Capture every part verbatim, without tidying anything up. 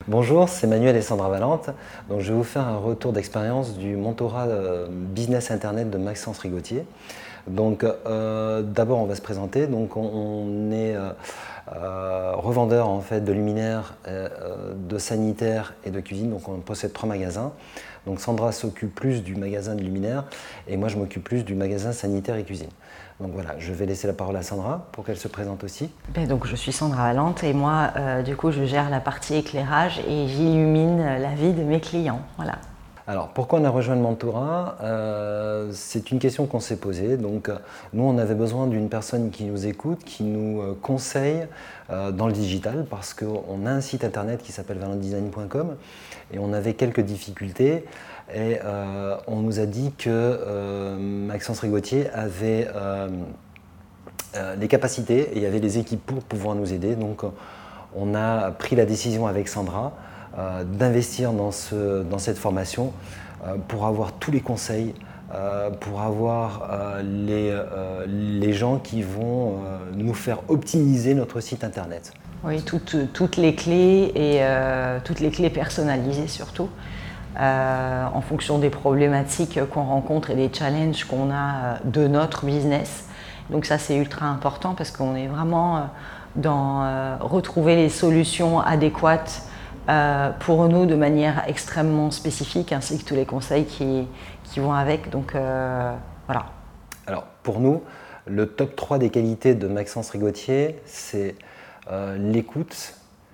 Bonjour, c'est Manuel et Sandra Valente. Donc, je vais vous faire un retour d'expérience du mentorat euh, Business Internet de Maxence Rigotier. Donc, euh, d'abord, on va se présenter. Donc, on, on est euh, euh, revendeur en fait de luminaires, euh, de sanitaires et de cuisine. Donc, on possède trois magasins. Donc, Sandra s'occupe plus du magasin de luminaires et moi, je m'occupe plus du magasin sanitaire et cuisine. Donc voilà, je vais laisser la parole à Sandra pour qu'elle se présente aussi. Ben donc, je suis Sandra Valente et moi, euh, du coup, je gère la partie éclairage et j'illumine la vie de mes clients. Voilà. Alors, pourquoi on a rejoint le mentorat? euh, C'est une question qu'on s'est posée. Donc, euh, nous, on avait besoin d'une personne qui nous écoute, qui nous euh, conseille euh, dans le digital, parce qu'on a un site internet qui s'appelle valente design point com et on avait quelques difficultés. Et euh, on nous a dit que euh, Maxence Rigotier avait euh, euh, les capacités et il y avait les équipes pour pouvoir nous aider. Donc, on a pris la décision avec Sandra euh, d'investir dans, ce, dans cette formation euh, pour avoir tous les conseils, euh, pour avoir euh, les, euh, les gens qui vont euh, nous faire optimiser notre site internet. Oui, toutes, toutes les clés et euh, toutes les clés personnalisées surtout, euh, en fonction des problématiques qu'on rencontre et des challenges qu'on a de notre business. Donc ça, c'est ultra important parce qu'on est vraiment dans euh, retrouver les solutions adéquates euh, pour nous de manière extrêmement spécifique, ainsi que tous les conseils qui, qui vont avec. Donc euh, voilà. Alors pour nous, le top trois des qualités de Maxence Rigotier, c'est euh, l'écoute,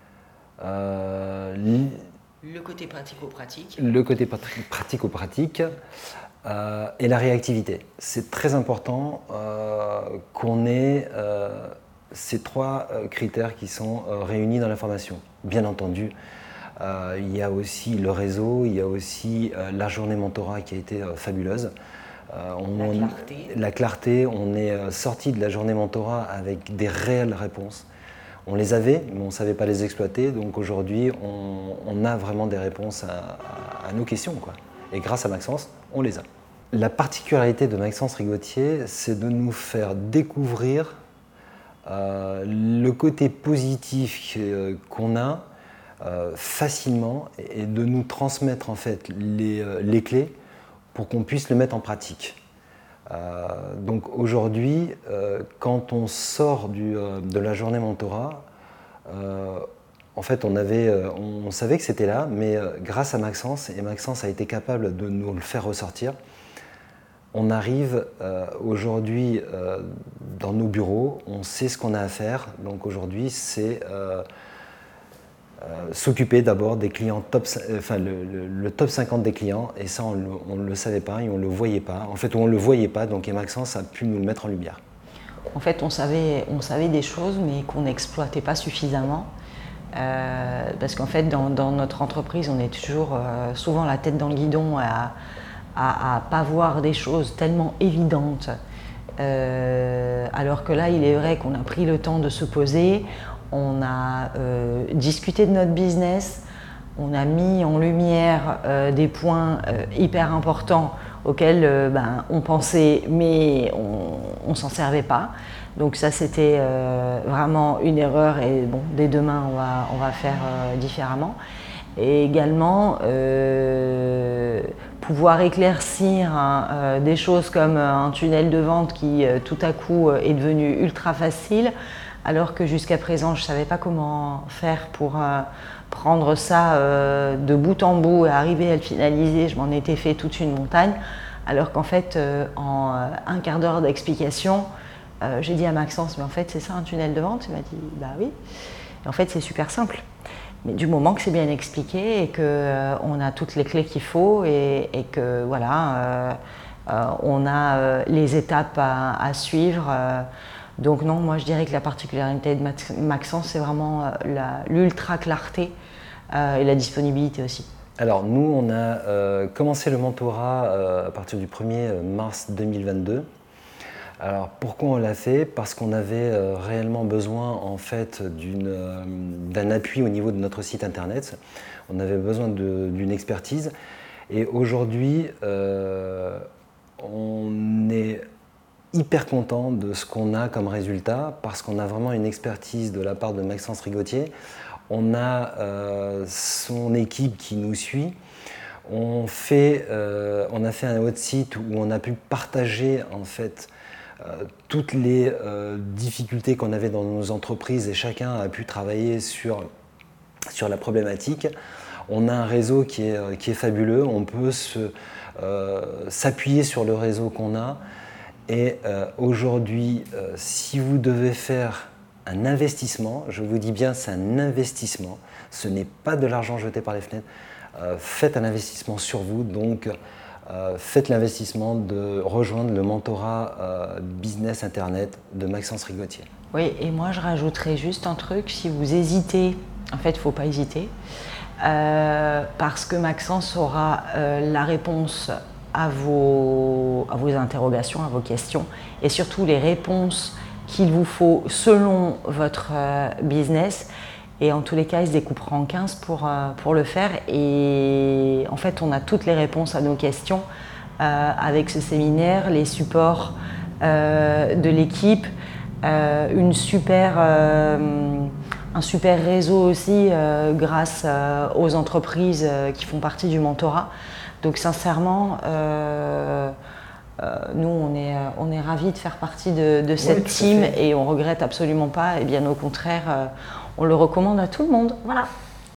euh, le côté pratico-pratique, le côté pratico-pratique euh, et la réactivité. C'est très important euh, qu'on ait euh, ces trois euh, critères qui sont euh, réunis dans la formation. Bien entendu, euh, il y a aussi le réseau, il y a aussi euh, la journée mentorat qui a été euh, fabuleuse. Euh, on, la clarté. La clarté, on est euh, sorti de la journée mentorat avec des réelles réponses. On les avait, mais on ne savait pas les exploiter. Donc aujourd'hui, on, on a vraiment des réponses à, à, à nos questions, quoi. Et grâce à Maxence, on les a. La particularité de Maxence Rigotier, c'est de nous faire découvrir euh, le côté positif euh, qu'on a euh, facilement et de nous transmettre en fait les, euh, les clés pour qu'on puisse le mettre en pratique. Euh, donc aujourd'hui, euh, quand on sort du, euh, de la journée mentorat, euh, en fait on, avait, euh, on savait que c'était là, mais euh, grâce à Maxence, et Maxence a été capable de nous le faire ressortir, on arrive euh, aujourd'hui euh, dans nos bureaux, on sait ce qu'on a à faire. Donc aujourd'hui, c'est euh, euh, s'occuper d'abord des clients top, enfin le, le, le top cinquante des clients, et ça on ne le savait pas et on ne le voyait pas. En fait, on ne le voyait pas, donc Maxence a pu nous le mettre en lumière. En fait, on savait, on savait des choses, mais qu'on n'exploitait pas suffisamment. Euh, parce qu'en fait, dans, dans notre entreprise, on est toujours euh, souvent la tête dans le guidon à à ne pas voir des choses tellement évidentes. Euh, alors que là, il est vrai qu'on a pris le temps de se poser, on a euh, discuté de notre business, on a mis en lumière euh, des points euh, hyper importants auxquels euh, ben, on pensait, mais on ne s'en servait pas. Donc ça, c'était euh, vraiment une erreur et bon, dès demain, on va, on va faire euh, différemment. Et également euh, pouvoir éclaircir hein, euh, des choses comme un tunnel de vente qui euh, tout à coup euh, est devenu ultra facile, alors que jusqu'à présent je ne savais pas comment faire pour euh, prendre ça euh, de bout en bout et arriver à le finaliser. Je m'en étais fait toute une montagne, alors qu'en fait euh, en euh, un quart d'heure d'explication, euh, j'ai dit à Maxence, mais en fait c'est ça un tunnel de vente? Il m'a dit, bah oui. Et en fait c'est super simple. Mais du moment que c'est bien expliqué et qu'on euh, a toutes les clés qu'il faut et, et que voilà, euh, euh, on a euh, les étapes à, à suivre. Euh, donc non, moi je dirais que la particularité de Maxence, c'est vraiment euh, l'ultra clarté euh, et la disponibilité aussi. Alors nous, on a euh, commencé le mentorat euh, à partir du premier mars deux mille vingt-deux. Alors pourquoi on l'a fait? Parce qu'on avait euh, réellement besoin en fait d'une, euh, d'un appui au niveau de notre site internet. On avait besoin d'une expertise et aujourd'hui euh, on est hyper content de ce qu'on a comme résultat parce qu'on a vraiment une expertise de la part de Maxence Rigotier. on a euh, son équipe qui nous suit. On, fait, euh, on a fait un hot site où on a pu partager en fait euh, toutes les euh, difficultés qu'on avait dans nos entreprises et chacun a pu travailler sur, sur la problématique. On a un réseau qui est, qui est fabuleux, on peut se, euh, s'appuyer sur le réseau qu'on a. Et euh, aujourd'hui, euh, si vous devez faire un investissement, je vous dis bien c'est un investissement, ce n'est pas de l'argent jeté par les fenêtres, euh, faites un investissement sur vous, donc euh, faites l'investissement de rejoindre le mentorat euh, business internet de Maxence Rigotier. Oui, et moi je rajouterais juste un truc, si vous hésitez, en fait il ne faut pas hésiter, euh, parce que Maxence aura euh, la réponse à vos, à vos interrogations, à vos questions, et surtout les réponses qu'il vous faut selon votre euh, business. Et en tous les cas, il se découpera en quinze pour, euh, pour le faire. Et en fait, on a toutes les réponses à nos questions euh, avec ce séminaire, les supports euh, de l'équipe, euh, une super, euh, un super réseau aussi euh, grâce euh, aux entreprises euh, qui font partie du mentorat. Donc sincèrement, euh, euh, nous on est, on est ravis de faire partie de, de cette oui, team et on ne regrette absolument pas, et bien au contraire, euh, on le recommande à tout le monde. Voilà.